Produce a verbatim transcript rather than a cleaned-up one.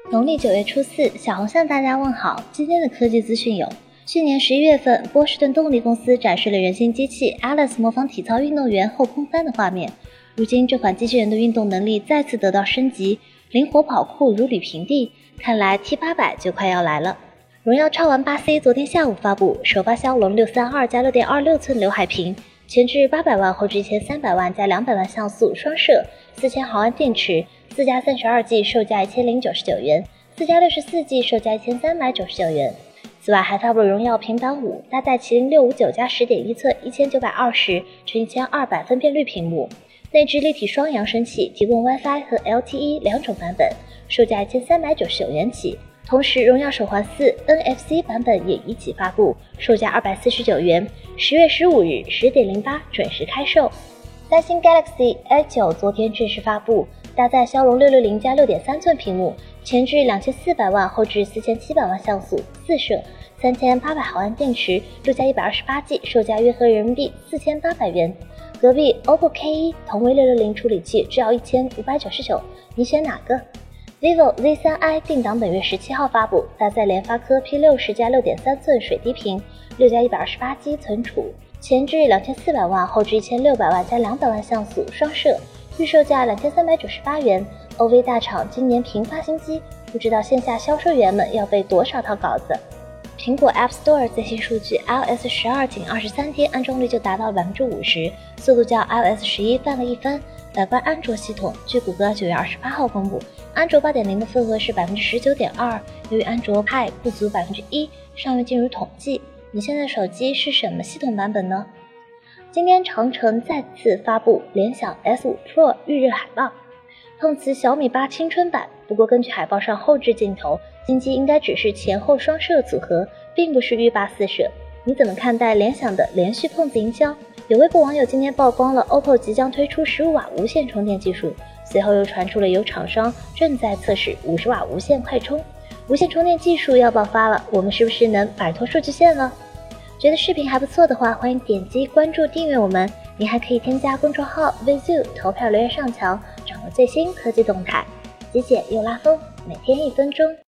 农历九月初四，小红向大家问好。今天的科技资讯有：去年十一月份，波士顿动力公司展示了人形机器 Alice 模仿体操运动员后空翻的画面。如今，这款机器人的运动能力再次得到升级，灵活跑酷，如履平地。看来 T 八百 就快要来了。荣耀超玩 八 C 昨天下午发布，首发骁龙六三二加 六点二六寸刘海屏，前置八百万，后置一千三百万加两百万像素，双摄，四千毫安电池。四加三十二 G 售价一千零九十九元，四加六十四 G 售价一千三百九十九元。此外还发布了荣耀平板五，搭载麒麟六五九加 十点一寸一千九百二十乘一千二百分辨率屏幕，内置立体双扬声器，提供 WiFi 和 L T E 两种版本，售价一千三百九十九元起。同时荣耀手环四 N F C 版本也一起发布，售价二百四十九元，十月十五日 十点零八准时开售。三星 Galaxy A 九 昨天正式发布，搭载骁龙六六零加 六点三寸屏幕，前置两千四百万，后置四千七百万像素，四摄，三千八百毫安电池，六加一百二十八 G， 售价约合人民币四千八百元。隔壁 O P P O K 一 同为六六零处理器，只要一千五百九十九，你选哪个？vivo Z 三 i 定档本月十七号发布，搭载联发科 P 六十加 六点三寸水滴屏，六加一百二十八 G 存储，前置两千四百万，后置一千六百万加两百万像素，双摄，预售价两千三百九十八元。O V 大厂今年频发新机，不知道线下销售员们要背多少套稿子。苹果 App Store 最新数据 iOS 十二仅二十三天安装率就达到了 百分之五十， 速度较 iOS 十一翻了一番。反观安卓系统，据谷歌九月二十八号公布，安卓 八点零 的份额是 百分之十九点二， 由于安卓派不足 百分之一， 尚未进入统计。你现在手机是什么系统版本呢？今天长城再次发布联想 S 五 Pro 预热海报，碰瓷小米八青春版，不过根据海报上后置镜头，新机应该只是前后双摄组合，并不是浴霸四摄。你怎么看待联想的连续碰瓷营销？有微博网友今天曝光了 O P P O 即将推出十五瓦无线充电技术，随后又传出了有厂商正在测试五十瓦无线快充。无线充电技术要爆发了，我们是不是能摆脱数据线了？觉得视频还不错的话，欢迎点击关注订阅我们，您还可以添加公众号 Vizu 投票留言上墙，掌握最新科技动态，极简又拉风，每天一分钟。